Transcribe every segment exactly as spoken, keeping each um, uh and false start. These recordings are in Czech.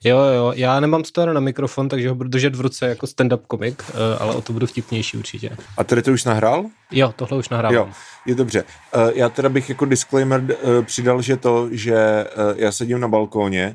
Jo, jo, já nemám stojeno na mikrofon, takže ho budu držet v ruce jako stand-up komik, ale o to budu vtipnější určitě. A tady to už nahrál? Jo, tohle už nahrávám. Jo, je dobře. Já teda bych jako disclaimer přidal, že to, že já sedím na balkóně,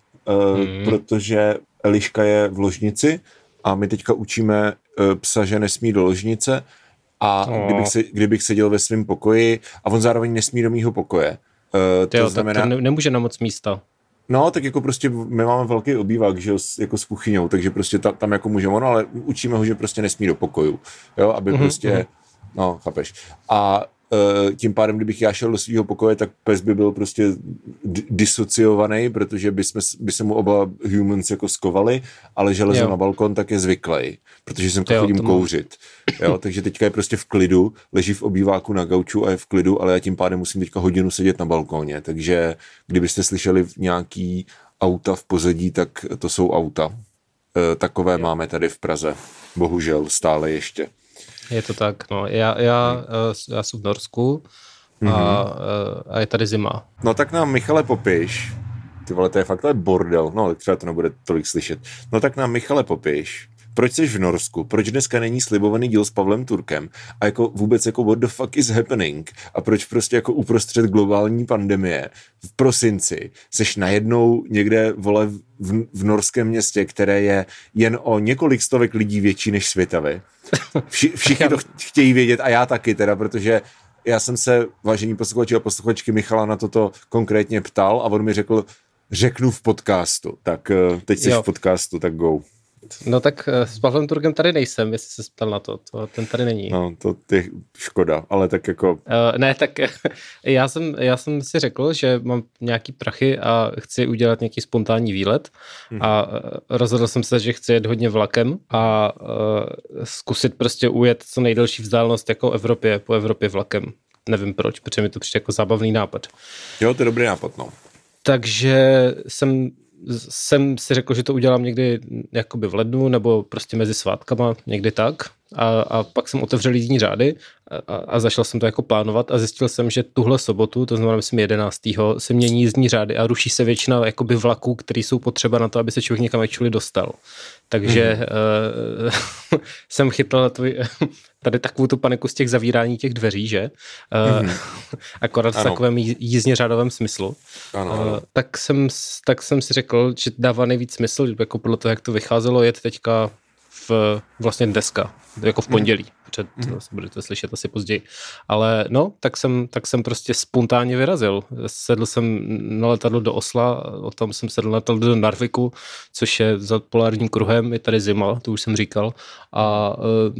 hmm. protože Eliška je v ložnici a my teďka učíme psa, že nesmí do ložnice a oh. kdybych, se, kdybych seděl ve svém pokoji a on zároveň nesmí do mýho pokoje. To jo, znamená... tak to nemůže na moc místa. No, tak jako prostě my máme velký obývák, že jo, jako s kuchyňou, takže prostě tam, tam jako můžeme, no, ale učíme ho, že prostě nesmí do pokoju, jo, aby mm-hmm. prostě, no, chápeš. A e, tím pádem, kdybych já šel do svého pokoje, tak pes by byl prostě d- disociovaný, protože by, jsme, by se mu oba humans jako skovali, ale že lezu na balkon, tak je zvyklý, protože jsem to chodím kouřit, jo, takže teďka je prostě v klidu, leží v obýváku na gauču a je v klidu, ale já tím pádem musím teďka hodinu sedět na balkóně, takže kdybyste slyšeli nějaký auta v pozadí, tak to jsou auta. E, takové je. Máme tady v Praze, bohužel stále ještě. Je to tak, no. Já, já, já jsem v Norsku a, mm-hmm. a je tady zima. No tak nám, Michale, popiš. Ty vole, to je fakt to je bordel. No, třeba to nebude tolik slyšet. No tak nám, Michale, popiš. Proč jsi v Norsku? Proč dneska není slibovaný díl s Pavlem Turkem? A jako vůbec jako what the fuck is happening? A proč prostě jako uprostřed globální pandemie v prosinci seš najednou někde, vole, v, v norském městě, které je jen o několik stovek lidí větší než Svitavy. Vši, všichni to chtějí vědět a já taky teda, protože já jsem se, vážení posluchači a posluchačky, Michala na toto konkrétně ptal a on mi řekl, řeknu v podcastu. Tak teď jsi jo. v podcastu, tak go. No tak s Pavlem Turkem tady nejsem, jestli se ptal na to, to ten tady není. No to je škoda, ale tak jako... Uh, ne, tak já jsem, já jsem si řekl, že mám nějaký prachy a chci udělat nějaký spontánní výlet hmm. a rozhodl jsem se, že chci jet hodně vlakem a uh, zkusit prostě ujet co nejdelší vzdálenost jako Evropě, po Evropě vlakem. Nevím proč, protože mi to přijde jako zábavný nápad. Jo, to je dobrý nápad, no. Takže jsem... jsem si řekl, že to udělám někdy jakoby v lednu nebo prostě mezi svátkama, někdy tak. A, a pak jsem otevřel jízdní řády a, a zašel jsem to jako plánovat a zjistil jsem, že tuhle sobotu, to znamená myslím jedenáctého se mění jízdní řády a ruší se většina jakoby vlaků, které jsou potřeba na to, aby se člověk někam actually dostal. Takže mm. uh, jsem chytl na tvůj, tady takovou tu paniku z těch zavírání těch dveří, že? Uh, mm. Akorát ano. v takovém jízdně řádovém smyslu. Ano, ano. Uh, tak, jsem, tak jsem si řekl, že dává nejvíc smysl, jako podle toho, jak to vycházelo, jet teďka v vlastně dneska, jako v pondělí, protože to budete slyšet asi později. Ale no, tak jsem, tak jsem prostě spontánně vyrazil. Sedl jsem na letadlo do Osla, tam jsem sedl na letadlo do Narviku, což je za polárním kruhem, je tady zima, to už jsem říkal. A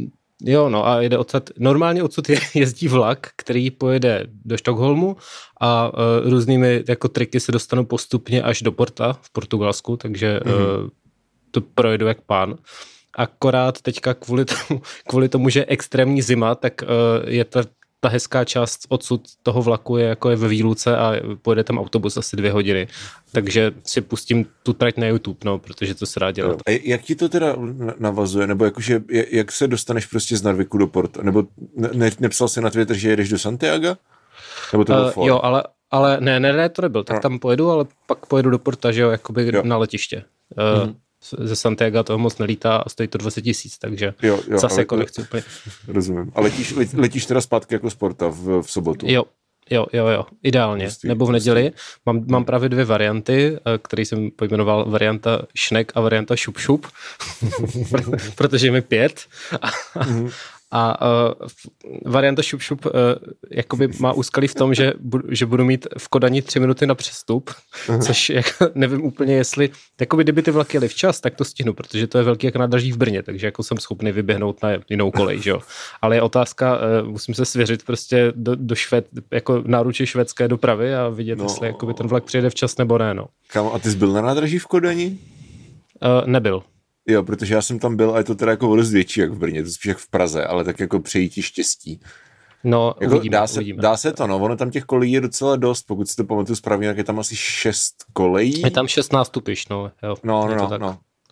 jo, no a jede odsud, normálně odsud jezdí vlak, který pojede do Stockholmu a uh, různými jako triky se dostanou postupně až do Porta v Portugalsku, takže mm-hmm. uh, to projedu jak pán. Akorát teďka kvůli tomu, kvůli tomu, že je extrémní zima, tak uh, je ta, ta hezká část odsud toho vlaku je jako je ve výluce a pojede tam autobus asi dvě hodiny. Takže si pustím tu trať na YouTube, no, protože to se dá dělat. A jak ti to teda navazuje? Nebo jakože, jak se dostaneš prostě z Narviku do Porta? Nebo ne, nepsal jsi na Twitter, že jedeš do Santiaga? Nebo to byl uh, Jo, ale, ale ne, ne, ne, to nebyl. Tak no. tam pojedu, ale pak pojedu do Porta, že jo, jakoby jo. na letiště. Uh, mm. Ze Santiago toho moc nelítá a stojí to dvacet tisíc, takže jo, jo, zase jako nechci úplně. Rozumím. A letíš, letíš teda zpátky jako z Porta v, v sobotu? Jo, jo, jo, jo, ideálně. Pustý, nebo v neděli. Mám, mám právě dvě varianty, které jsem pojmenoval varianta šnek a varianta šup šup, protože je mi pět. Mm-hmm. A uh, varianta šup šup uh, jakoby má úskalí v tom, že, bu, že budu mít v Kodani tři minuty na přestup, uh-huh. což jako, nevím úplně, jestli, jakoby kdyby ty vlaky jeli včas, tak to stihnu, protože to je velký jak nádraží v Brně, takže jako jsem schopný vyběhnout na jinou kolej, že jo. Ale je otázka, uh, musím se svěřit prostě do, do švéd, jako náruči švédské dopravy a vidět, no, jestli jakoby ten vlak přijede včas nebo ne, no. Kam, a ty jsi byl na nádraží v Kodani? Uh, nebyl. Jo, protože já jsem tam byl a je to teda jako dost větší jak v Brně, to spíš jak v Praze, ale tak jako přejítí štěstí. No, jako uvidíme, dá, se, uvidíme. dá se to, no, ono tam těch kolejí je docela dost, pokud si to pamatuju správně, tak je tam asi šest kolejí. Je tam šest nástupišť, no. Jo, no, je no, to no, no.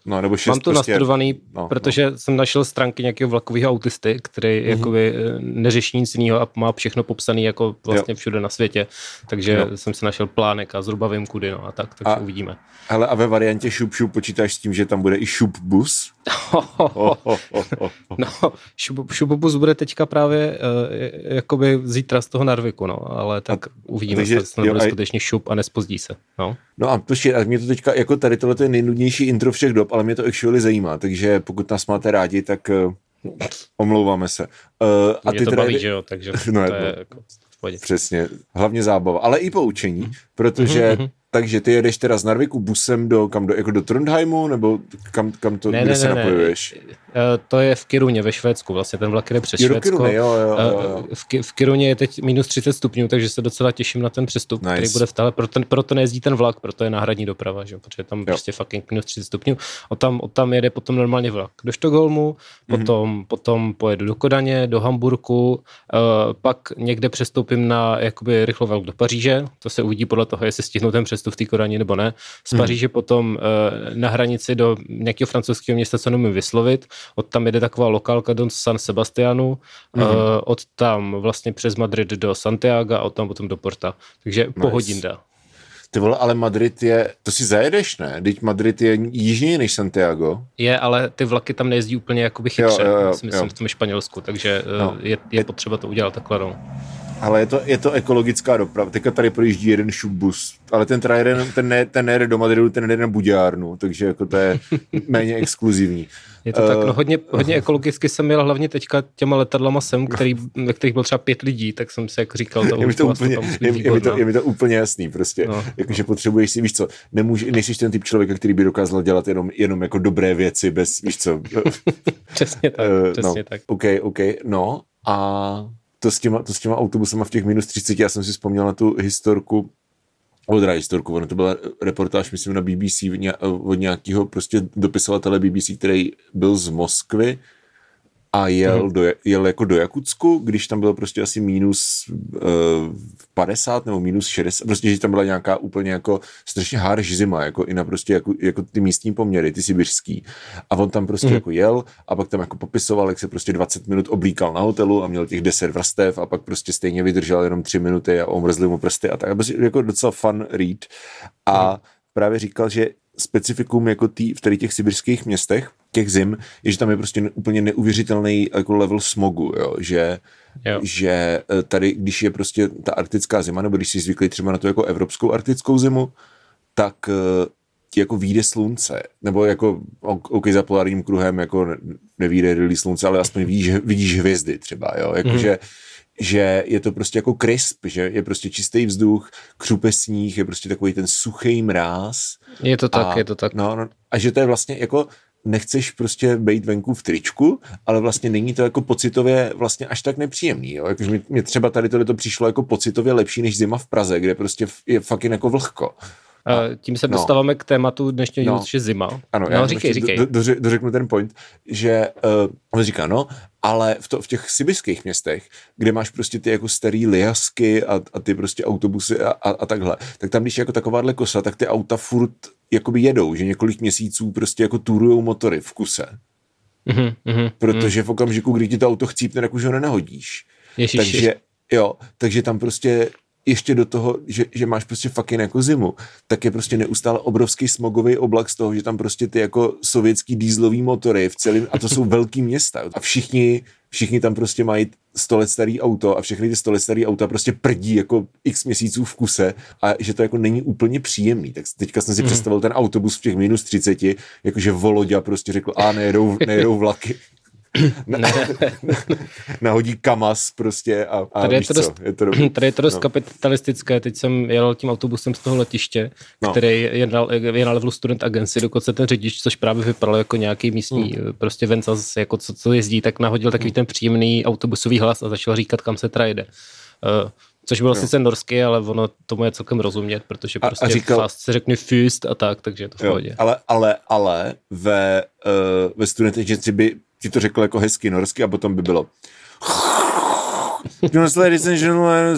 No, nebo šest Mám to prostě, nastudovaný, no, protože no. jsem našel stránky nějakého vlakového autisty, který mm-hmm. jakoby neřeší nic jiného a má všechno popsané jako vlastně jo. všude na světě. Takže jo. jsem si našel plánek a zhruba vím kudy, no a tak, takže a, uvidíme. Hele, a ve variantě šup šup počítáš s tím, že tam bude i šup bus? Oh, oh, oh, oh, oh. No, šup, šup bus bude teďka právě uh, jakoby zítra z toho Narviku, no, ale tak a, uvidíme, takže, jestli to bude skutečně šup a nespozdí se, no. No a to a mě to teďka, jako tady tohle je nejnudnější intro všech dob, ale mě to actually zajímá, takže pokud nás máte rádi, tak uh, omlouváme se. Uh, a mě ty to teda baví, že jo, takže no, to je jako v pohodě. Přesně, hlavně zábava, ale i poučení, mm. protože mm-hmm. takže ty jedeš teda z Narviku busem do, kam do, jako do Trondheimu, nebo kam, kam to, ne, kde ne, se ne, napojuješ? Ne. To je v Kiruně ve Švédsku, vlastně ten vlak jde přes jo, Švédsko. Kiruny, jo, jo, jo, jo. V, Ki, v Kiruně je teď minus třicet stupňů, takže se docela těším na ten přestup, nice. Který bude stále, proto, proto nejezdí ten vlak, proto je náhradní doprava, že? Protože tam jo. Prostě fucking minus třicet stupňů. Od tam, od tam jede potom normálně vlak do Štokholmu, mm-hmm. potom, potom pojedu do Kodaně, do Hamburku, uh, pak někde přestoupím na jakoby rychlovlak do Paříže, to se uvidí podle toho, jestli stihnu ten přestup v té Kodani nebo ne. Z Paříže mm-hmm. potom uh, na hranici do nějakého francouzského města, co nemůžu vyslovit, od tam jede taková lokálka do San Sebastianu, mm-hmm. uh, od tam vlastně přes Madrid do Santiago a od tam potom do Porta. Takže nice. Pohodinda. Ty vole, ale Madrid je, to si zajedeš, ne? Teď Madrid je jižněji než Santiago. Je, ale ty vlaky tam nejezdí úplně jakoby chytře, jo, jo, jo, myslím, jo. v tom Španělsku, takže no. je, je potřeba to udělat takhle, no. Ale je to, je to ekologická doprava. Teďka tady projíždí jeden šupbus, ale ten teda jeden, ten, ne, ten nejde do Madridu, ten nejde na Buďárnu, takže jako to je méně exkluzivní. Je to uh, tak, no hodně, hodně ekologicky jsem jel hlavně teďka těma letadlama sem, který, ve kterých bylo třeba pět lidí, tak jsem si jako říkal, to je mi to úplně, to je, je, mi to, je mi to úplně jasný prostě, no. Jakože potřebuješ si, víš co, nemůže, nejsiš ten typ člověka, který by dokázal dělat jenom, jenom jako dobré věci bez, víš co. Přesně tak, uh, přesně no, tak. OK, OK, no a to s těma, to s těma autobusama v těch minus třicet, já jsem si vzpomněl na tu historku, Odra historku, ono to byla reportáž, myslím, na B B C od nějakého prostě dopisovatele B B C, který byl z Moskvy a jel, mm. do, jel jako do Jakutsku, když tam bylo prostě asi minus uh, padesát nebo minus šedesát, prostě, že tam byla nějaká úplně jako strašně harsh zima, jako i na prostě jako, jako ty místní poměry, ty sibiřský. A on tam prostě mm. jako jel a pak tam jako popisoval, jak se prostě dvacet minut oblíkal na hotelu a měl těch deset vrstev a pak prostě stejně vydržel jenom tři minuty a omrzli mu prsty a tak. A prostě jako docela fun read. A mm. právě říkal, že specifikum jako tý, v tady těch sibirských městech, těch zim, je, že tam je prostě úplně neuvěřitelný jako level smogu, jo? Že, že tady, když je prostě ta arktická zima, nebo když jsi zvyklý třeba na to jako evropskou arktickou zimu, tak ti jako vyjde slunce, nebo jako OK, za polárním kruhem jako nevyjde really slunce, ale aspoň vidíš, vidíš hvězdy třeba, jo, jakože mm. že je to prostě jako crisp, že je prostě čistý vzduch, křupe sníh, je prostě takový ten suchý mráz. Je to tak, a, je to tak. No, no, a že to je vlastně jako, nechceš prostě bejt venku v tričku, ale vlastně není to jako pocitově vlastně až tak nepříjemný, jo. Jakože mi, mě třeba tady tohle to přišlo jako pocitově lepší než zima v Praze, kde prostě je fucking jako vlhko. A tím se dostáváme no. k tématu dnešního dílu, což je zima. Ano, no, já říkej, říkej. Do, do, dořeknu ten point, že uh, on říká, no, ale v, to, v těch sibirských městech, kde máš prostě ty jako starý liasky a, a ty prostě autobusy a, a, a takhle, tak tam, když je jako takováhle kosa, tak ty auta furt jakoby jedou, že několik měsíců prostě jako turujou motory v kuse. Mm-hmm, mm-hmm, Protože v okamžiku, kdy ti to auto chcípne, tak už ho nenahodíš. Ježiš, takže, ježiš. jo, takže tam prostě ještě do toho, že, že máš prostě fucking jako zimu, tak je prostě neustále obrovský smogový oblak z toho, že tam prostě ty jako sovětský dýzlový motory v celém, a to jsou velký města. A všichni, všichni tam prostě mají sto let starý auto a všechny ty sto let starý auta prostě prdí jako x měsíců v kuse a že to jako není úplně příjemný. Tak teďka jsem si mm. představil ten autobus v těch minus třiceti, jakože Voloďa prostě řekl, a nejedou, nejedou vlaky. Na, nahodí Kamaz prostě a, a tady, je to dost, je to tady je to dost no. kapitalistické. Teď jsem jel tím autobusem z toho letiště, no. který je na, je na levelu Student Agency, dokonce ten řidič, což právě vypadalo jako nějaký místní mm. prostě Vencas, jako co, co jezdí, tak nahodil takový mm. ten příjemný autobusový hlas a začal říkat, kam se teda jde. Uh, což bylo no. sice norský, ale ono tomu je celkem rozumět, protože a, prostě a říkal, fast se řekne fust a tak, takže je to v pohodě. Ale, ale, ale ve, uh, ve Student Agency by ti to řekl jako hezky norsky a potom by bylo Ladies and gentlemen,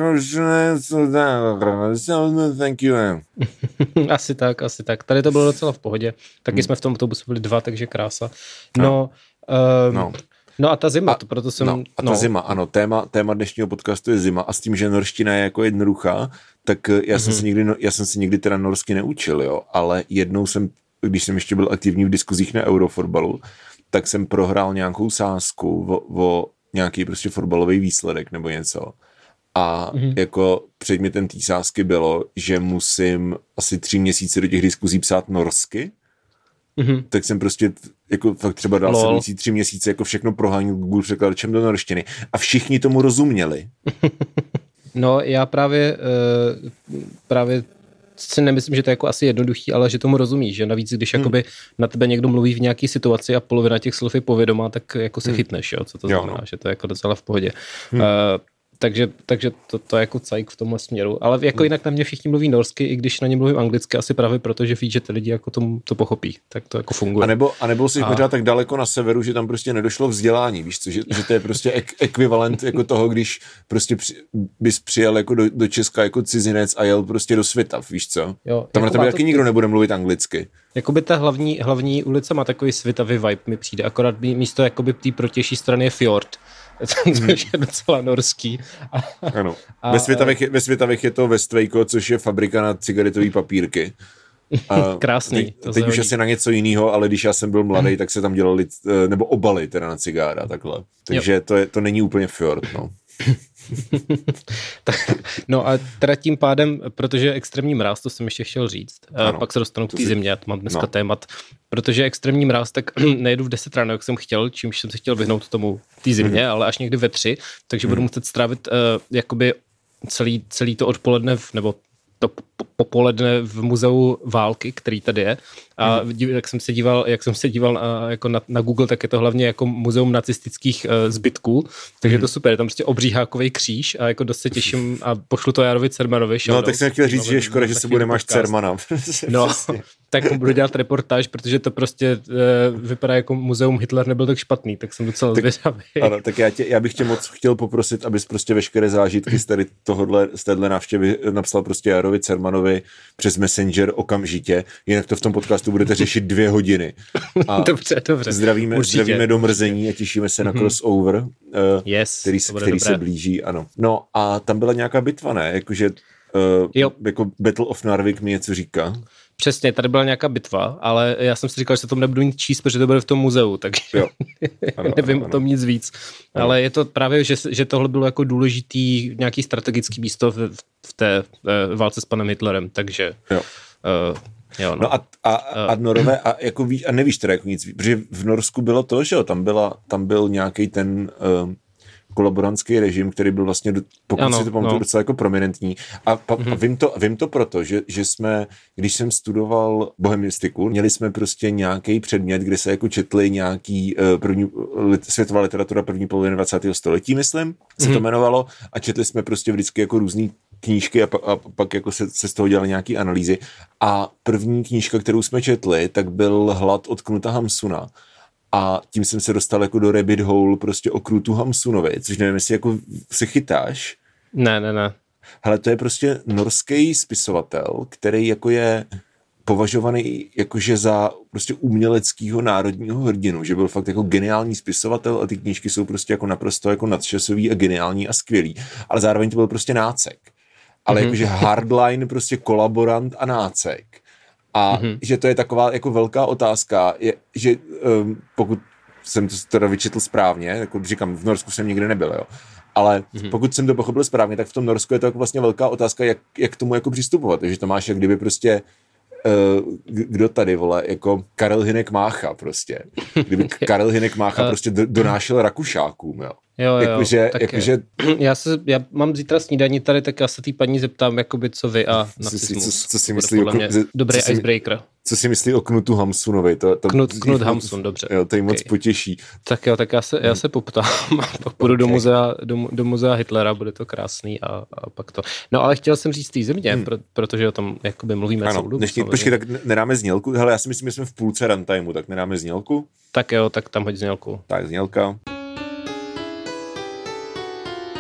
thank you. Asi tak, asi tak. Tady to bylo docela v pohodě. Taky hmm. jsme v tom autobusu byli dva, takže krása. No, um, no. no a ta zima, a, to proto jsem... No, a ta no. zima, ano, téma, téma dnešního podcastu je zima a s tím, že norština je jako jednoduchá, tak já mm-hmm. jsem si nikdy, já jsem si nikdy teda norsky neučil, jo, ale jednou jsem, když jsem ještě byl aktivní v diskuzích na Eurofotbalu, tak jsem prohrál nějakou sázku o, o nějaký prostě fotbalový výsledek nebo něco. A mm-hmm. jako předmětem té sázky bylo, že musím asi tři měsíce do těch diskuzí psát norsky, mm-hmm. tak jsem prostě jako fakt třeba dal sledující tři měsíce jako všechno prohánil Google překladačem do norštiny a všichni tomu rozuměli. No já právě uh, právě si nemyslím, že to je jako asi jednoduchý, ale že tomu rozumíš, že navíc, když hmm. jakoby na tebe někdo mluví v nějaký situaci a polovina těch slov je povědomá, tak jako se hmm. chytneš, jo, co to znamená, jo, no. že to je jako docela v pohodě. Hmm. Uh, takže, takže to, to je jako cajk v tomhle směru, ale jako hmm. jinak na mě všichni mluví norsky, i když na ně mluvím anglicky, asi právě proto, že ví, že ty lidi jako tomu to pochopí, tak to jako funguje. A nebo, a nebo jsi a... možná tak daleko na severu, že tam prostě nedošlo vzdělání, víš co, že, že to je prostě ek, ekvivalent jako toho, když prostě při, bys přijel jako do, do Česka jako cizinec a jel prostě do světa, víš co? Jo, tam na tebe taky to... nikdo nebude mluvit anglicky. Jakoby ta hlavní, hlavní ulice má takový svitavý vibe, mi přijde, akorát místo jakoby té protější strany je fjord. Což je docela norský. Ano. A, ve, Světavech je, ve Světavech je to Westvejko, což je fabrika na cigaretové papírky. A krásný. Teď, teď už asi na něco jiného, ale když já jsem byl mladý, tak se tam dělali, nebo obaly teda na cigára, takhle. Takže to, je, to není úplně fjord, no. No a teda tím pádem, protože je extrémní mráz, to jsem ještě chtěl říct, ano, pak se dostanu k té zimě, to mám dneska no. témat, protože je extrémní mráz, tak nejedu v deset ráno, jak jsem chtěl, čímž jsem se chtěl vyhnout tomu té zimě, hmm. ale až někdy ve tři, takže hmm. budu muset strávit uh, jakoby celý, celý to odpoledne, v, nebo to popoledne v muzeu války, který tady je. A mm. jak jsem se díval, jak jsem se díval na, jako na, na Google, tak je to hlavně jako muzeum nacistických uh, zbytků, takže mm. je to super, je tam prostě obří hákový kříž a jako dost se těším a pošlu to Jarovi Cermanovi. No tak jsem chtěl říct, že je škoda, že se bude máš Cermana. No, tak budu dělat reportáž, protože to prostě uh, vypadá jako muzeum Hitler nebyl tak špatný, tak jsem docela zvědavý. Ano, tak já, tě, já bych tě moc chtěl poprosit, abys prostě veškeré zážitky z, tady tohodle, z téhle návštěvy napsal prostě Jarovi Cermanovi přes Messenger okamžitě, jinak to v tom podcastu budete řešit dvě hodiny. A dobře, dobře. Zdravíme, zdravíme do mrzení a těšíme se na crossover, mm-hmm. uh, yes, který, který se blíží, ano. No a tam byla nějaká bitva, ne? Jakože uh, jako Battle of Narvik mi něco říká. Přesně, tady byla nějaká bitva, ale já jsem si říkal, že se tom nebudu nic číst, protože to bude v tom muzeu, takže jo. Ano, nevím ano, o tom nic víc. Ano. Ale je to právě, že, že tohle bylo jako důležitý nějaký strategický místo v, v té v válce s panem Hitlerem, takže... Jo. Uh, jo, no. no a, a, a Norové, a, jako víš, a nevíš teda jako nic víc, protože v Norsku bylo to, že jo, tam, byla, tam byl nějaký ten... Uh, kolaborantský režim, který byl vlastně, pokud ano, si to pamatuju, no. docela jako prominentní. A, pa, mm-hmm. a vím, to, vím to proto, že, že jsme, když jsem studoval bohemistiku, měli jsme prostě nějaký předmět, kde se jako četli nějaký uh, první, lit, světová literatura první poloviny dvacátého století, myslím, se mm-hmm. to jmenovalo, a četli jsme prostě vždycky jako různý knížky a, pa, a pak jako se, se z toho dělali nějaký analýzy. A první knížka, kterou jsme četli, tak byl Hlad od Knuta Hamsuna. A tím jsem se dostal jako do rabbit hole prostě o Knutu Hamsunovi, což nevím, jestli jako se chytáš. Ne, ne, ne. Hele, to je prostě norský spisovatel, který jako je považovaný jakože za prostě uměleckýho národního hrdinu, že byl fakt jako geniální spisovatel a ty knížky jsou prostě jako naprosto jako nadčasový a geniální a skvělý. Ale zároveň to byl prostě nácek. Ale mm-hmm. jakože hardline prostě kolaborant a nácek. A mm-hmm. že to je taková jako velká otázka, je, že um, pokud jsem to teda vyčetl správně, jako říkám, v Norsku jsem nikdy nebyl, jo, ale mm-hmm. pokud jsem to pochopil správně, tak v tom Norsku je to jako vlastně velká otázka, jak, jak k tomu jako přistupovat, takže to máš jak kdyby prostě uh, kdo tady, vole, jako Karel Hynek Mácha prostě, kdyby Karel Hynek Mácha prostě donášel Rakušákům, jo. Jo, jo, jakože, jakože... Já, se, já mám zítra snídaní tady, tak já se té paní zeptám, jakoby, co vy a nacismus. Co, co, co si myslí o Knu... Dobrý co icebreaker. Si, co si myslí o Knutu Hamsunovi? To, to, Knut, Knut Hamsun, dobře. Jo, to jim okay. moc potěší. Tak jo, tak já se, já se poptám. Pak půjdu okay. do, muzea, do, do muzea Hitlera, bude to krásný a, a pak to. No ale chtěl jsem říct té země, hmm. pro, protože o tom jakoby mluvíme ano, celou dobu. Dnešní, počkej, tak nedáme znělku? Hele, já si myslím, že jsme v půlce runtimeu, tak nedáme znělku? Tak jo, tak tam hoď znělku. Tak znělka.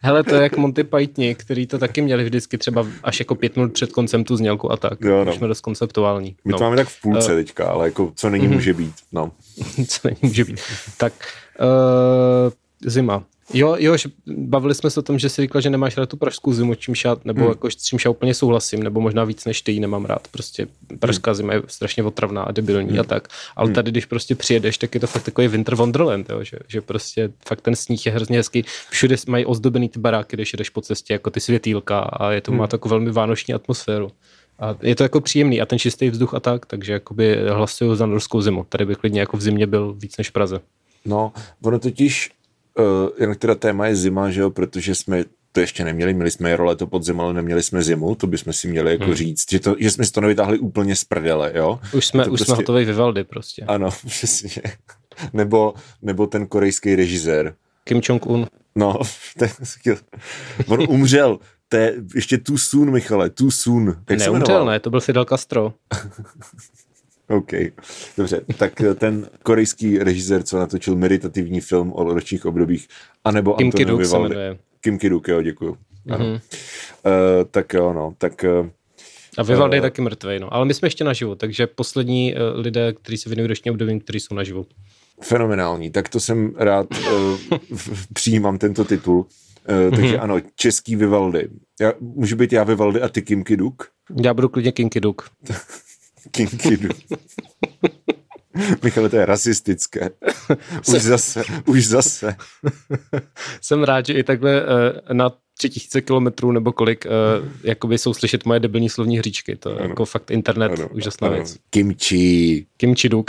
Hele, to je jak Monty Pythoni, který to taky měli vždycky třeba až jako pět minut před koncem tu znělku a tak. Jo, no. Už jsme dost konceptuální. My no. to máme tak v půlce uh, teďka, ale jako co není, mm-hmm. může být. No. Co není, může být. Tak, uh, zima. Jo, jo, že bavili jsme se o tom, že jsi říkal, že nemáš rád tu pražskou zimu, čímž já, nebo hmm. jako, s čímž já úplně souhlasím, nebo možná víc než ty ji nemám rád. Prostě pražská hmm. zima je strašně otravná a debilní hmm. a tak. Ale tady, když prostě přijedeš, tak je to fakt takový winter wonderland, jo, že, že prostě fakt ten sníh je hrozně hezký. Všude mají ozdobený ty baráky, když jdeš po cestě, jako ty světýlka a je to, hmm. má takovou velmi vánoční atmosféru. A je to jako příjemný a ten čistý vzduch a tak, takže jakoby hlasuju za norskou zimu. Tady bych klidně jako v zimě byl víc než v Praze. No, ono totiž Uh, jen teda téma je zima, že jo, protože jsme to ještě neměli, měli jsme jaro, léto, podzim, ale neměli jsme zimu, to bychom si měli jako hmm. říct, že, to, že jsme si to nevytáhli úplně z prdele, jo. Už jsme, už prostě, jsme hotoví Vivaldi prostě. Ano, přesně. Nebo, nebo ten korejský režisér. Kim Jong-un. No, ten, on umřel, to je ještě too soon, Michale, too soon. Jak Neumřel, ne, to byl Fidel Castro. OK, dobře, tak ten korejský režisér, co natočil meditativní film o ročních obdobích, anebo Kim Antonio Ki-duk Vivaldi. se jmenuje. Kim Ki-duk, jo, děkuju. Ano. Mm-hmm. Uh, tak jo, no, tak... Uh, a Vivaldi uh, je taky mrtvej, no, ale my jsme ještě naživu, takže poslední uh, lidé, kteří se věnují ročním obdobím, kteří jsou naživu. Fenomenální, tak to jsem rád, uh, přijímám tento titul. Uh, takže mm-hmm. ano, český Vivaldi. Já, můžu být já Vivaldi a ty Kim Ki-duk? Já budu klidně Kim Ki-duk. Kim Ki-duk. Michale, to je rasistické. Už zase, už zase. Jsem rád, že i takhle na tři tisíce kilometrů nebo kolik jakoby jsou slyšet moje debilní slovní hříčky. To je ano. Jako fakt internet, ano, úžasná ano. věc. Kimchi. Kimchi duk.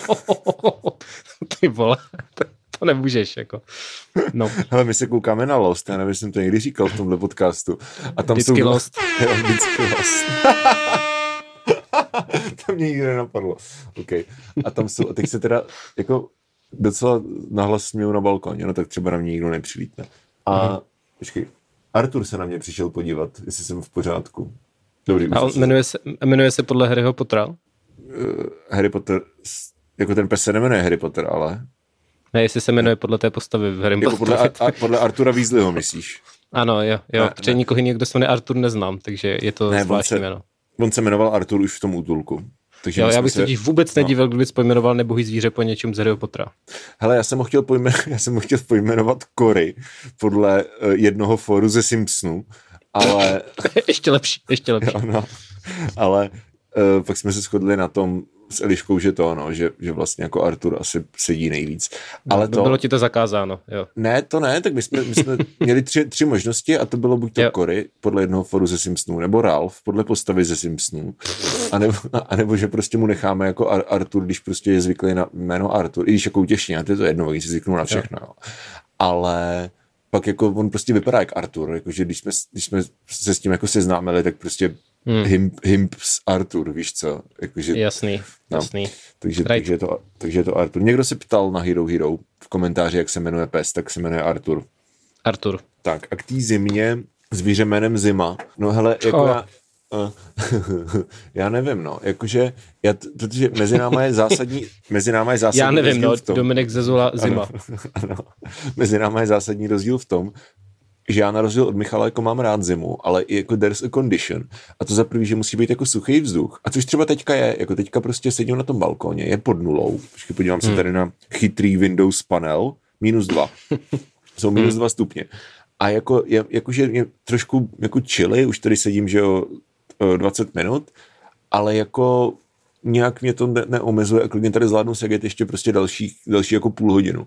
Ty vole, to, to nemůžeš, jako. No. Hele, my se koukáme na Lost, já nevím, jsem to někdy říkal v tomhle podcastu. A tam vždycky jsou... Lost. Jo, vždycky Lost. To mě nikdy nenapadlo. Okay. A tam jsou, a teď se teda jako docela nahlas směju na balkoně, no tak třeba na mě nikdo nepřilítne. A mm. počkej, Artur se na mě přišel podívat, jestli jsem v pořádku. Dobrý, a on jmenuje se, jmenuje se podle Harryho Pottera? Uh, Harry Potter, jako ten pes se nemenuje Harry Potter, ale... Ne, jestli se jmenuje podle té postavy v Harry jako Potteru. Podle, a, podle Artura Weasleyho, myslíš? Ano, jo, jo, ne, protože ne. nikoho jiný, kdo se jmenuje Artur, neznám, takže je to ne, zvláštní jméno. On se jmenoval Artur už v tom útulku. Takže jo, já bych se totiž vůbec no. nedivil, kdybych pojmenoval nebohý zvíře po něčem z Harryho Pottera. Hele, já jsem ho chtěl, pojmen... já jsem ho chtěl pojmenovat Cory podle uh, jednoho fóru ze Simpsonů, ale... ještě lepší, ještě lepší. Jo, no. Ale uh, pak jsme se shodli na tom s Eliškou, že to, no, že, že vlastně jako Artur asi sedí nejvíc. Ale no, to... Bylo ti to zakázáno, jo. Ne, to ne, tak my jsme, my jsme měli tři, tři možnosti a to bylo buď to Cory podle jednoho foru ze Simpsonů, nebo Ralph podle postavy ze Simpsonů, a nebo, a nebo že prostě mu necháme jako Ar- Artur, když prostě je zvyklý na jméno Artur, i když jako utěšně, a to je to jedno, oni si zvyknou na všechno, jo. Jo. Ale pak jako on prostě vypadá jak Artur, jakože když jsme, když jsme se s tím jako seznámili, tak prostě Hmm. Himp, Himps Artur, víš co? Jakože, jasný, no. jasný. Takže, takže, je to, takže je to Artur. Někdo se ptal na Hero Hero v komentáři, jak se jmenuje pes, tak se jmenuje Artur. Artur. Tak a k té zimě, zvíře jménem Zima. No hele, jako oh. já... Uh, já nevím, no, jakože, já, protože mezi náma je zásadní, mezi náma je zásadní já nevím, no, Dominik Zezula, Zima. Ano, ano, mezi náma je zásadní rozdíl v tom, že já na rozdíl od Michala jako mám rád zimu, ale i jako there's a condition. A to za prvý, že musí být jako suchý vzduch. A což třeba teďka je, jako teďka prostě sedím na tom balkóně, je pod nulou. Počkej, podívám hmm. se tady na chytrý Windows panel, minus dva. Jsou minus dva stupně. A jako, je, jakože je trošku jako chilly, už tady sedím, že jo, dvacet minut, ale jako nějak mě to ne- neomezuje a klidně tady zvládnu sedět ještě prostě další, další jako půl hodinu.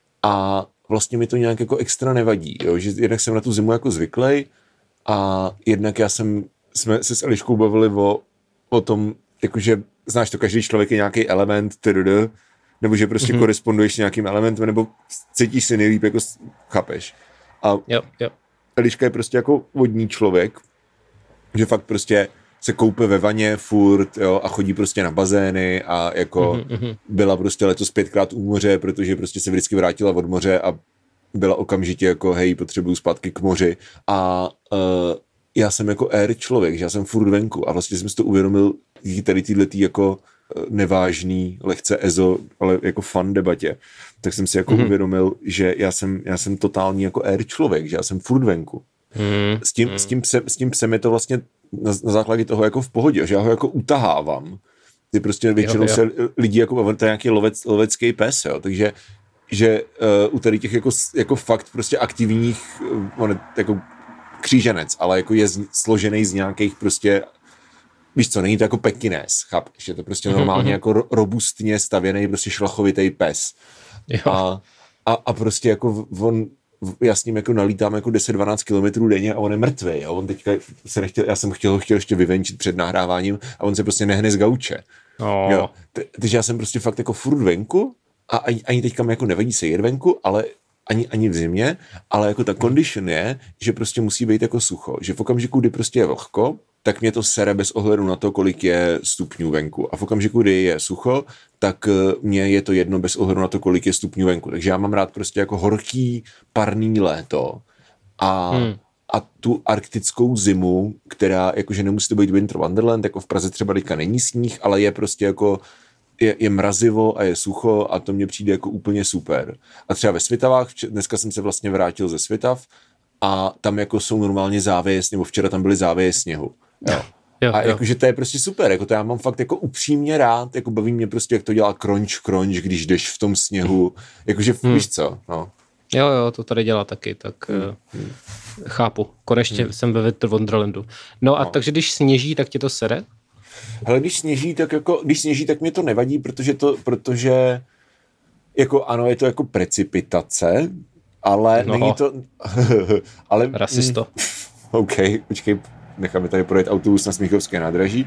A vlastně mi to nějak jako extra nevadí, jo? Že jednak jsem na tu zimu jako zvyklej a jednak já jsem, jsme se s Eliškou bavili o, o tom, jakože znáš to, každý člověk je nějaký element, tdd, nebo že prostě mm-hmm. koresponduješ s nějakým elementem, nebo cítíš si nejlíp, jako chápeš. A jo, jo. Eliška je prostě jako vodní člověk, že fakt prostě se koupe ve vaně furt, jo, a chodí prostě na bazény a jako mm-hmm. byla prostě letos pětkrát u moře, protože prostě se vždycky vrátila od moře a byla okamžitě jako hej, potřebuju zpátky k moři a uh, já jsem jako air člověk, že já jsem furt venku a vlastně jsem si to uvědomil díky tady týhletý jako nevážný, lehce ezo, ale jako fun debatě, tak jsem si jako mm-hmm. uvědomil, že já jsem, já jsem totální jako air člověk, že já jsem furt venku. Mm-hmm. S, tím, s, tím psem, s tím psem je to vlastně na, na základě toho jako v pohodě, že já ho jako utahávám. Ty prostě většinou jo, jo. se lidi jako, to je nějaký lovec, lovecký pes, jo, takže že uh, u tady těch jako, jako fakt prostě aktivních uh, on, jako kříženec, ale jako je z, složený z nějakých prostě, víš co, není to jako pekinés, chápeš, je to prostě normálně jako ro, robustně stavěný prostě šlachovitý pes. A, a, a prostě jako on, já s ním jako nalítám jako deset dvanáct kilometrů denně a on je mrtvej a on teďka se nechtěl, já jsem chtěl, chtěl ještě vyvenčit před nahráváním a on se prostě nehne z gauče. Oh. Jo, takže já jsem prostě fakt jako furt venku a ani, ani teďka mi jako nevadí se jet venku, ale ani, ani v zimě, ale jako ta condition je, že prostě musí být jako sucho, že v okamžiku, kdy prostě je vlhko, tak mě to sere bez ohledu na to, kolik je stupňů venku. A v okamžiku, kdy je sucho, tak mně je to jedno bez ohledu na to, kolik je stupňů venku. Takže já mám rád prostě jako horký, parný léto a, hmm. a tu arktickou zimu, která jakože nemusí to být Winter Wonderland, jako v Praze třeba teďka není sníh, ale je prostě jako je, je mrazivo a je sucho a to mně přijde jako úplně super. A třeba ve Svitavách, dneska jsem se vlastně vrátil ze Svitav a tam jako jsou normálně závěje, nebo včera tam byly závěje sněhu. Jo. Jo, a jakože to je prostě super, jako to já mám fakt jako upřímně rád, jako baví mě prostě, jak to dělá crunch, crunch, když jdeš v tom sněhu, jakože hmm. víš co, no. Jo, jo, to tady dělá taky, tak hmm. uh, chápu, konečně hmm. jsem ve Winter Wonderlandu. No a no. takže když sněží, tak tě to sere? Hele, když sněží, tak jako, když sněží, tak mě to nevadí, protože to, protože jako ano, je to jako precipitace, ale no. není to, ale... Rasisto. OK, počkej, necháme tady projet autobus na Smíchovské nádraží.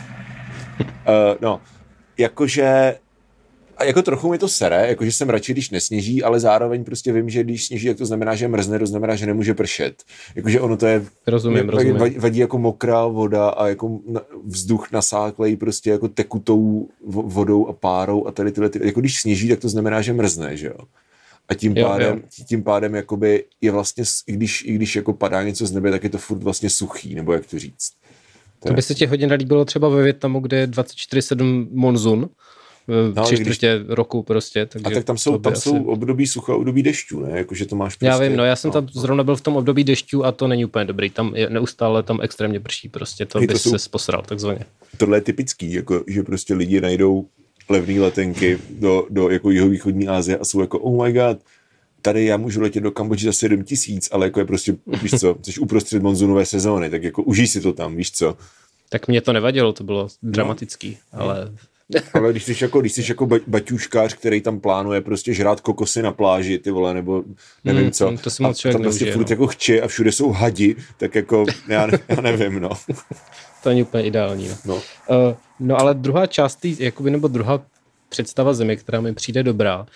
Uh, no, jakože, a jako trochu mi to sere, jakože jsem radši, když nesněží, ale zároveň prostě vím, že když sněží, tak to znamená, že mrzne, to znamená, že nemůže pršet. Jakože ono to je... Rozumím, mě, rozumím. Vadí, vadí jako mokrá voda a jako vzduch nasáklej prostě jako tekutou vodou a párou a tady tyhle, ty, jako když sněží, tak to znamená, že mrzne, že jo. A tím jo, pádem, jo. tím pádem jakoby je vlastně, i když, i když jako padá něco z nebe, tak je to furt vlastně suchý, nebo jak to říct. To, to by se ti hodně nalíbilo třeba ve Vietnamu, kde je dvacet čtyři sedm monzun, v no, tři čtvrtě když... roku prostě. Takže a tak tam jsou, tam asi... jsou období sucha a období dešťů, ne? Jakože to máš prostě... Já vím, no já jsem no, tam no. zrovna byl v tom období dešťů a to není úplně dobrý. Tam je neustále tam extrémně prší prostě, to Hej, bys to jsou... se posral takzvaně. Tohle je typický, jako, že prostě lidi najdou levné letenky do, do jako jihovýchodní Asie a jsou jako oh my god, tady já můžu letět do Kambodži za sedm tisíc, ale jako je prostě, víš co, jsi uprostřed monzunové sezóny, tak jako užij si to tam, víš co. Tak mě to nevadilo, to bylo dramatický, no. ale... Ale když jsi jako, když jsi jako baťuškář, který tam plánuje prostě žrát kokosy na pláži, ty vole, nebo nevím hmm, co. To si moc člověk tam prostě neužije, furt no. jako chči a všude jsou hadi, tak jako já, já nevím, no. To není úplně ideální, no. No, uh, no ale druhá část, tý, jakoby, nebo druhá představa země, která mi přijde dobrá,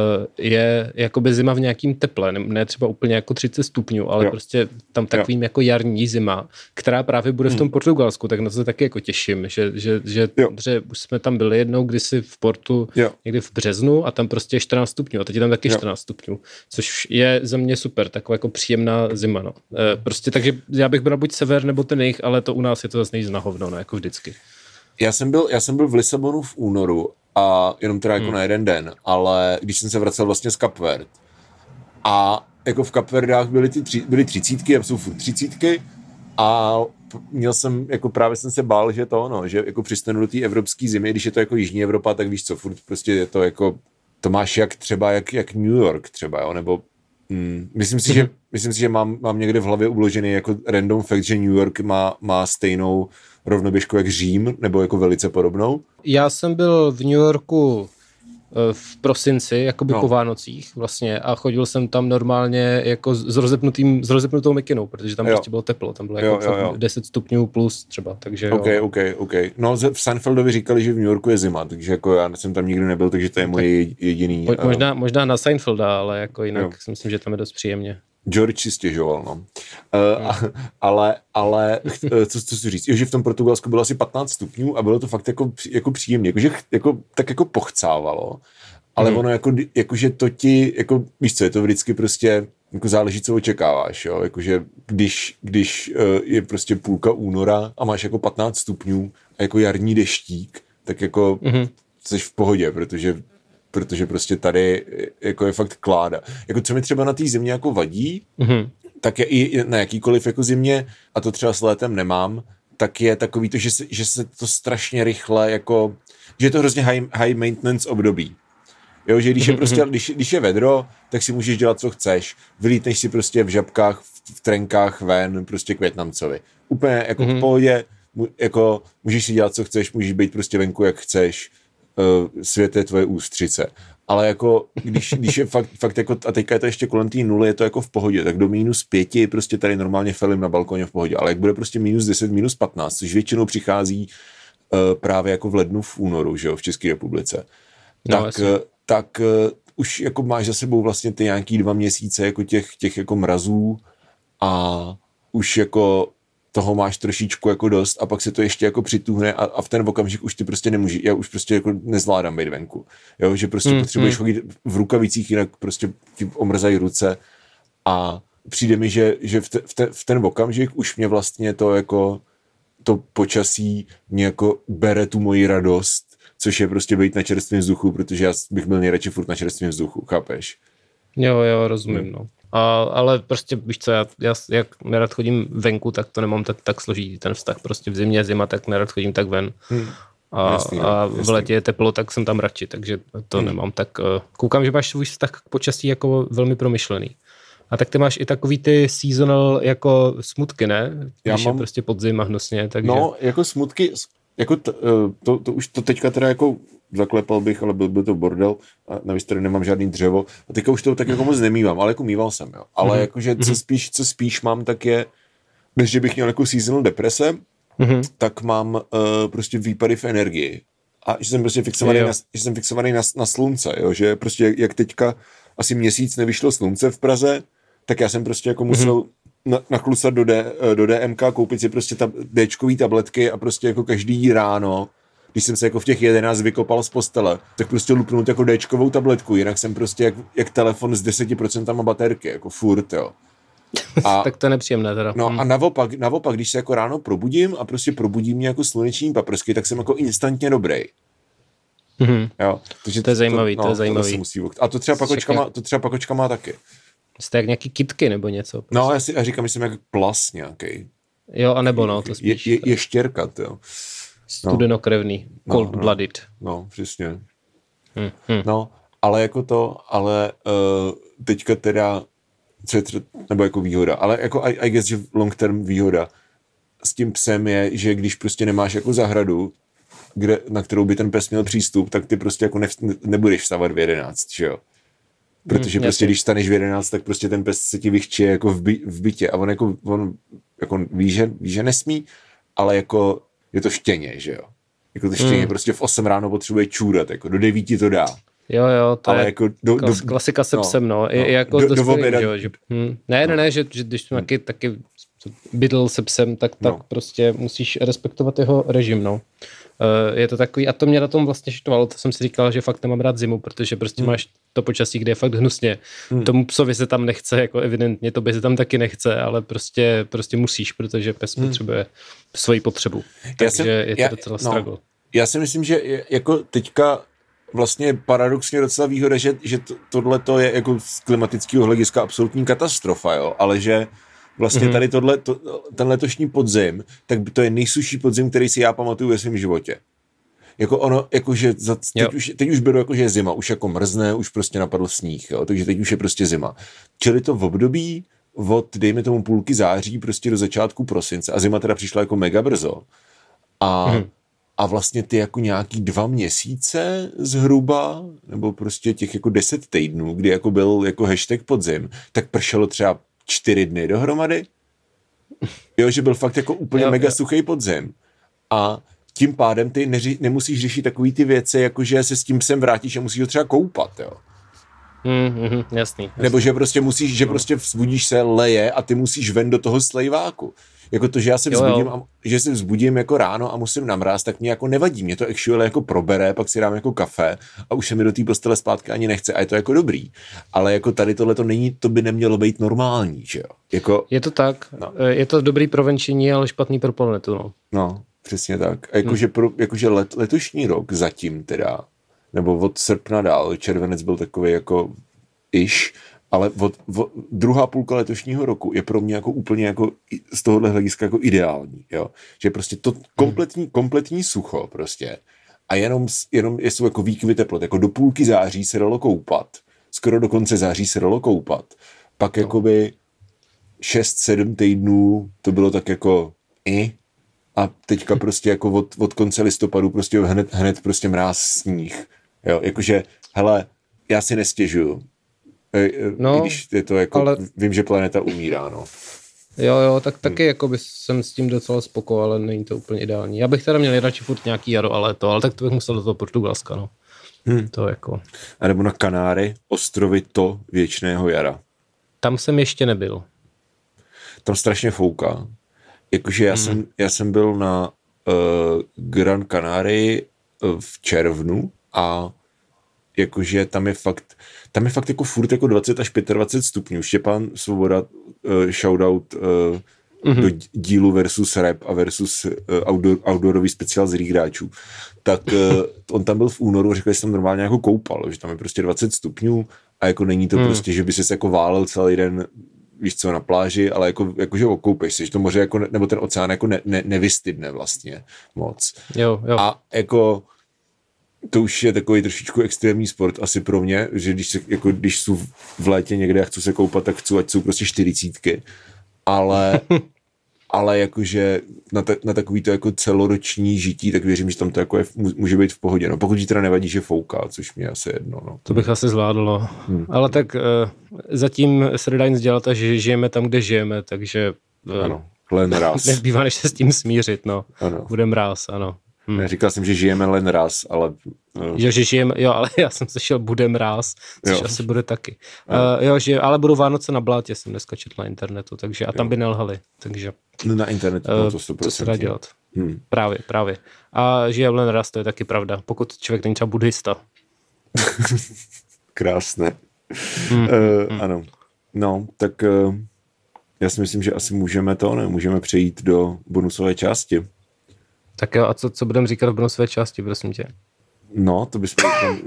je jakoby zima v nějakým teple, ne třeba úplně jako třicet stupňů, ale jo. prostě tam takovým jo. jako jarní zima, která právě bude v tom hmm. Portugalsku, tak na to se taky jako těším, že, že, že, že už jsme tam byli jednou kdysi v Portu jo. někdy v březnu a tam prostě je čtrnáct stupňů a teď je tam taky jo. čtrnáct stupňů, což je za mě super, taková jako příjemná zima, no. Prostě takže já bych byl buď sever nebo ten jich, ale to u nás je to zase nejde na hovno, no, jako vždycky. Já jsem byl, já jsem byl v Lisabonu v únoru a jenom teda jako hmm. na jeden den, ale když jsem se vracel vlastně z Kapverd a jako v Kapverdách byly ty tři, byly třicítky, a jsou furt třicítky a měl jsem, jako právě jsem se bál, že to ono, že jako přistanu do té evropské zimy, když je to jako jižní Evropa, tak víš co, furt prostě je to jako, to máš jak třeba, jak, jak New York třeba, jo, nebo mm, myslím si, že, myslím si, že mám, mám někde v hlavě uložený jako random fact, že New York má, má stejnou rovnoběžku jak Řím, nebo jako velice podobnou. Já jsem byl v New Yorku v prosinci, jakoby no. po Vánocích vlastně a chodil jsem tam normálně jako s rozepnutým, s rozepnutou mikinou, protože tam jo. prostě bylo teplo, tam bylo jako jo, jo, jo. deset stupňů plus třeba, takže OK, jo. OK, OK. No v Seinfeldovi říkali, že v New Yorku je zima, takže jako já jsem tam nikdy nebyl, takže to je moje jediný... Mo- možná, možná na Seinfelda, ale jako jinak jo. si myslím, že tam je dost příjemně. George si stěžoval, no. Uh, hmm. ale, ale, co, co si říct, že v tom Portugalsku bylo asi patnáct stupňů a bylo to fakt jako, jako příjemně, jakože jako, tak jako pochcávalo, ale hmm. ono jako, jakože to ti, jako víš co, je to vždycky prostě, jako záleží, co očekáváš, jo, jakože když, když uh, je prostě půlka února a máš jako patnáct stupňů a jako jarní deštík, tak jako mm-hmm. jsi v pohodě, protože, protože prostě tady jako je fakt kláda. Jako co mi třeba na té zimě jako vadí, mm-hmm. tak je i na jakýkoliv jako zimě, a to třeba s létem nemám, tak je takový to, že se, že se to strašně rychle jako, že je to hrozně high, high maintenance období. Jo, že když je prostě, když, když je vedro, tak si můžeš dělat, co chceš. Vylítneš si prostě v žabkách, v, v trenkách ven, prostě k Vietnamcovi. Úplně jako mm-hmm. v pohodě, jako můžeš si dělat, co chceš, můžeš být prostě venku, jak chceš. Uh, svět je tvoje ústřice. Ale jako, když, když je fakt, fakt jako, a teďka je to ještě kolem té nuly, je to jako v pohodě, tak do minus pěti prostě tady normálně felím na balkoně v pohodě. Ale jak bude prostě minus deset, minus patnáct, což většinou přichází uh, právě jako v lednu, v únoru, že jo, v České republice, no, tak, uh, tak uh, už jako máš za sebou vlastně ty nějaký dva měsíce jako těch, těch jako mrazů a už jako toho máš trošičku jako dost a pak se to ještě jako přituhne a, a v ten okamžik už ty prostě nemůžeš, já už prostě jako nezvládám být venku, jo, že prostě mm, potřebuješ mm. chodit v rukavicích, jinak prostě ti omrzají ruce a přijde mi, že, že v, te, v, te, v ten okamžik už mě vlastně to jako to počasí mě jako bere tu moji radost, což je prostě být na čerstvém vzduchu, protože já bych byl nejradši furt na čerstvém vzduchu, chápeš? Jo, jo, rozumím, mm. no. A, ale prostě, víš co, já, já jak nerad chodím venku, tak to nemám tak, tak složitý ten vztah. Prostě v zimě, zima, tak nerad chodím tak ven. Hmm. A, jasný, a v letě je teplo, tak jsem tam radši, takže to hmm. nemám tak. Uh, koukám, že máš svůj vztah k počasí jako velmi promyšlený. A tak ty máš i takový ty seasonal jako smutky, ne? Já Když mám... je prostě podzim a hnusně, takže... No, jako smutky, jako t, to, to už to teďka teda jako zaklepal bych, ale byl by to bordel a navíc tady nemám žádný dřevo a teďka už to tak jako moc nemývám, ale jako mýval jsem, jo. Ale mm-hmm. jakože co spíš, co spíš mám, tak je, než že bych měl jako seasonal deprese, mm-hmm. tak mám uh, prostě výpady v energii a že jsem prostě fixovaný, na, že jsem fixovaný na, na slunce, jo, že prostě jak teďka asi měsíc nevyšlo slunce v Praze, tak já jsem prostě jako musel mm-hmm. na, naklusat do, D, do D M K, koupit si prostě tab, Dčkový tabletky a prostě jako každý ráno, když jsem se jako v těch jedenáct vykopal z postele, tak prostě lupnout jako Dčkovou tabletku, jinak jsem prostě jak, jak telefon s deseti procenty baterky, jako furt, jo. A, tak to je nepříjemné teda. No a naopak, naopak, když se jako ráno probudím a prostě probudím mě jako sluneční paprsky, tak jsem jako instantně dobrý. Mm-hmm. Jo. Takže to je zajímavý, to, to no, je zajímavý. To musí, a to třeba pakočka má, to třeba pakočka má taky. Jste jak nějaký kitky nebo něco? Prostě. No já si já říkám, že jsem jak plas nějaký. Jo, anebo no, to spíš. Je, je, je štěrka, jo. Studenokrevný, cold-blooded. No, no, přesně. Hmm, hmm. No, ale jako to, ale uh, teďka teda, co je třeba, nebo jako výhoda, ale jako I, I guess, že long term výhoda s tím psem je, že když prostě nemáš jako zahradu, kde, na kterou by ten pes měl přístup, tak ty prostě jako ne, nebudeš vstávat v jedenáct, že jo? Protože hmm, prostě, když staneš v jedenáct, tak prostě ten pes se ti vychčije jako v, by, v bytě a on jako, on jako ví, že, ví, že nesmí, ale jako je to štěně, že jo? Jako to štěně hmm. prostě v osm ráno potřebuje čůrat, jako do devíti to dá. Jo, jo, to ale je jako do, klas, do, klasika se no, psem, no. I, no. jako do, do oběda, že, že, hm, ne, ne, ne, že, že když jsem hmm. taky, taky bydl se psem, tak, tak no. prostě musíš respektovat jeho režim, no. Uh, je to takový, a to mě na tom vlastně štvalo, to jsem si říkal, že fakt nemám rád zimu, protože prostě hmm. máš to počasí, kde je fakt hnusně. Hmm. Tomu psovi se tam nechce, jako evidentně, to by se tam taky nechce, ale prostě, prostě musíš, protože pes hmm. potřebuje svoji potřebu. Takže jsem, je to já, docela no, struggle. Já si myslím, že jako teďka vlastně paradoxně docela výhoda, že, že to, tohleto je jako z klimatického hlediska absolutní katastrofa, jo, ale že vlastně tady tohle, to, ten letošní podzim, tak to je nejsušší podzim, který si já pamatuju ve svém životě. Jako ono, jakože teď už, teď už beru jako, že je zima, už jako mrzne, už prostě napadl sníh, jo, takže teď už je prostě zima. Čili to v období od, dejme tomu půlky září, prostě do začátku prosince, a zima teda přišla jako mega brzo. A, mm. a vlastně ty jako nějaký dva měsíce zhruba, nebo prostě těch jako deset týdnů, kdy jako byl jako hashtag podzim, tak pršelo třeba čtyři dny dohromady. Jo, že byl fakt jako úplně jo, mega jo. suchý podzim. A tím pádem ty neři, nemusíš řešit takový ty věci, jako že se s tím psem vrátíš a musíš ho třeba koupat, jo. Mm, mm, jasný, jasný. Nebo že prostě musíš, že prostě vzbudíš se, leje a ty musíš ven do toho slejváku. Jako to, že já se vzbudím, jo, jo. A, že se vzbudím jako ráno a musím namrázt, tak mě jako nevadí. Mě to actually jako probere, pak si dám jako kafe a už se mi do té postele zpátky ani nechce a je to jako dobrý. Ale jako tady tohle to není, to by nemělo být normální, že jo. Jako, je to tak, no. Je to dobrý pro venčení, ale špatný pro planetu, no. No. Přesně tak. A jakože, pro, jakože let, letošní rok zatím teda, nebo od srpna dál, červenec byl takový jako ish, ale od, od, druhá půlka letošního roku je pro mě jako úplně jako z tohohle hlediska jako ideální, jo. Že prostě to kompletní, kompletní sucho prostě a jenom, jenom jsou jako výkyvy teplot, jako do půlky září se dalo koupat, skoro do konce září se dalo koupat, pak no. jakoby šest sedm týdnů to bylo tak jako i a teďka prostě jako od, od konce listopadu prostě hned, hned prostě mráz, sníh, jo, jakože hele, já si nestěžuju. No, I když je to jako, ale... vím, že planeta umírá, no. Jo, jo, tak taky hmm. jako by jsem s tím docela spoko, ale není to úplně ideální. Já bych teda měl radši furt nějaký jaro a léto, ale tak to bych musel do toho Portugalska, no. Hmm. To jako... A nebo na Kanáry, ostrovy to věčného jara. Tam jsem ještě nebyl. Tam strašně fouká. Jakože já, hmm. jsem, já jsem byl na uh, Gran Canaria v červnu a jakože tam je fakt, tam je fakt jako furt jako dvacet až dvacet pět stupňů. Štěpán Svoboda, uh, shoutout uh, mm-hmm. do dílu versus rap a versus uh, outdoor, outdoorový speciál z hráčů. Tak uh, on tam byl v únoru, řekl, že jsem normálně jako koupal, že tam je prostě dvacet stupňů a jako není to mm. prostě, že by ses jako válel celý den, víš co, na pláži, ale jako, jako že okoupeš si, že to moře jako, nebo ten oceán jako ne, ne, nevystydne vlastně moc. Jo, jo. A jako to už je takový trošičku extrémní sport asi pro mě, že když, se, jako, když jsou v létě někde a chci se koupat, tak chci, ať jsou prostě čtyřicítky, ale, ale jakože na, ta, na takový to jako celoroční žití, tak věřím, že tam to jako je, může být v pohodě. No, pokud ti teda nevadí, že fouká, což mě asi jedno. No. To bych asi zvládlo. Hmm. Ale tak uh, zatím se nedá nic dělat, že žijeme tam, kde žijeme, takže uh, ano, len raz. Nezbývá, než se s tím smířit. No. Bude mráz, ano. Hmm. Říkal jsem, že žijeme len raz, ale... Uh... Jo, že žijeme, jo, ale já jsem slyšel, bude mráz, což jo. asi bude taky. Uh, jo, že, ale budou Vánoce na Blátě, jsem dneska četl na internetu, takže a tam jo. by nelhali, takže... No na internetu, uh, no to sto procent. To se dá dělat. Hmm. Právě, právě. A žije len raz, to je taky pravda, pokud člověk není třeba buddhista. Krásné. Hmm. Uh, hmm. Ano. No, tak uh, já si myslím, že asi můžeme to, ne? Můžeme přejít do bonusové části. Tak jo, a co, co budeme říkat v bonusové části, prosím tě? No, to bychom...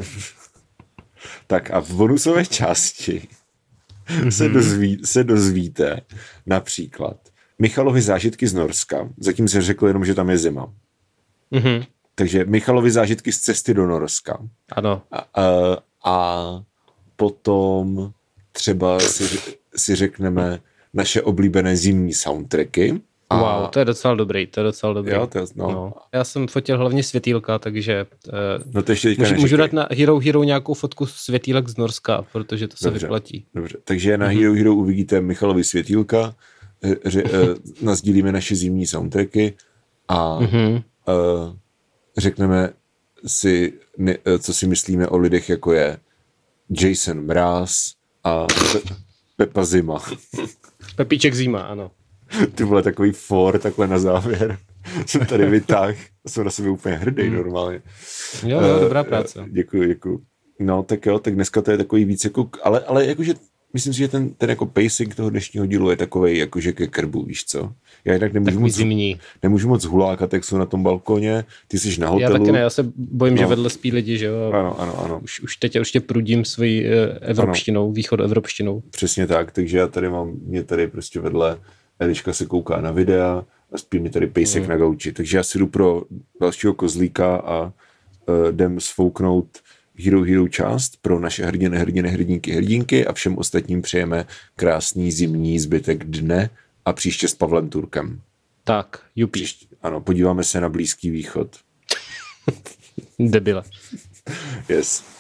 Tak a v bonusové části mm-hmm. se, dozví, se dozvíte například Michalovi zážitky z Norska. Zatím se řekl jenom, že tam je zima. Mm-hmm. Takže Michalovi zážitky z cesty do Norska. Ano. A, a, a potom třeba si, si řekneme naše oblíbené zimní soundtracky. A... Wow, to je docela dobrý, to je docela dobrý. Jo, to je, no. No. Já jsem fotil hlavně světýlka, takže no to ještě můžu, můžu dát na Hero Hero nějakou fotku světýlek z Norska, protože to se dobře, vyplatí. Dobře, takže na mm-hmm. Hero Hero uvidíte Michalovi světýlka, ře, nasdílíme naše zimní soundtracky a mm-hmm. uh, řekneme si, ne, co si myslíme o lidech, jako je Jason Mráz a Pe- Pepa Zima. Pepíček Zima, ano. Ty vole, takový for, takhle na závěr. Jsem tady vytáhl. Jsem na sebe úplně hrdý mm. normálně. Jo, jo, dobrá práce. Uh, děkuji, děkuji. No, tak jo, tak dneska to je takový víc jako, ale, ale jakože, myslím si, že ten, ten jako pacing toho dnešního dílu je takovej jakože ke krbu, víš co? Já jinak nemůžu moc, nemůžu moc hulákat, jak jsou na tom balkoně, ty jsi na hotelu. Já taky ne, já se bojím, no. že vedle spí lidi, že jo? Ano, ano, ano. Už, už teď určitě prudím svojí uh, evropštinou, východoevropštinou. Přesně tak, takže já tady mám, mě tady prostě vedle Eliška se kouká na videa a spí mi tady pejsek mm. na gauči. Takže já si jdu pro dalšího kozlíka a uh, jdem sfouknout Hero Hero část pro naše hrdiny, hrdiny, hrdinky, hrdinky a všem ostatním přejeme krásný zimní zbytek dne a příště s Pavlem Turkem. Tak, jupi. Příště, ano, podíváme se na Blízký východ. Debile. Yes.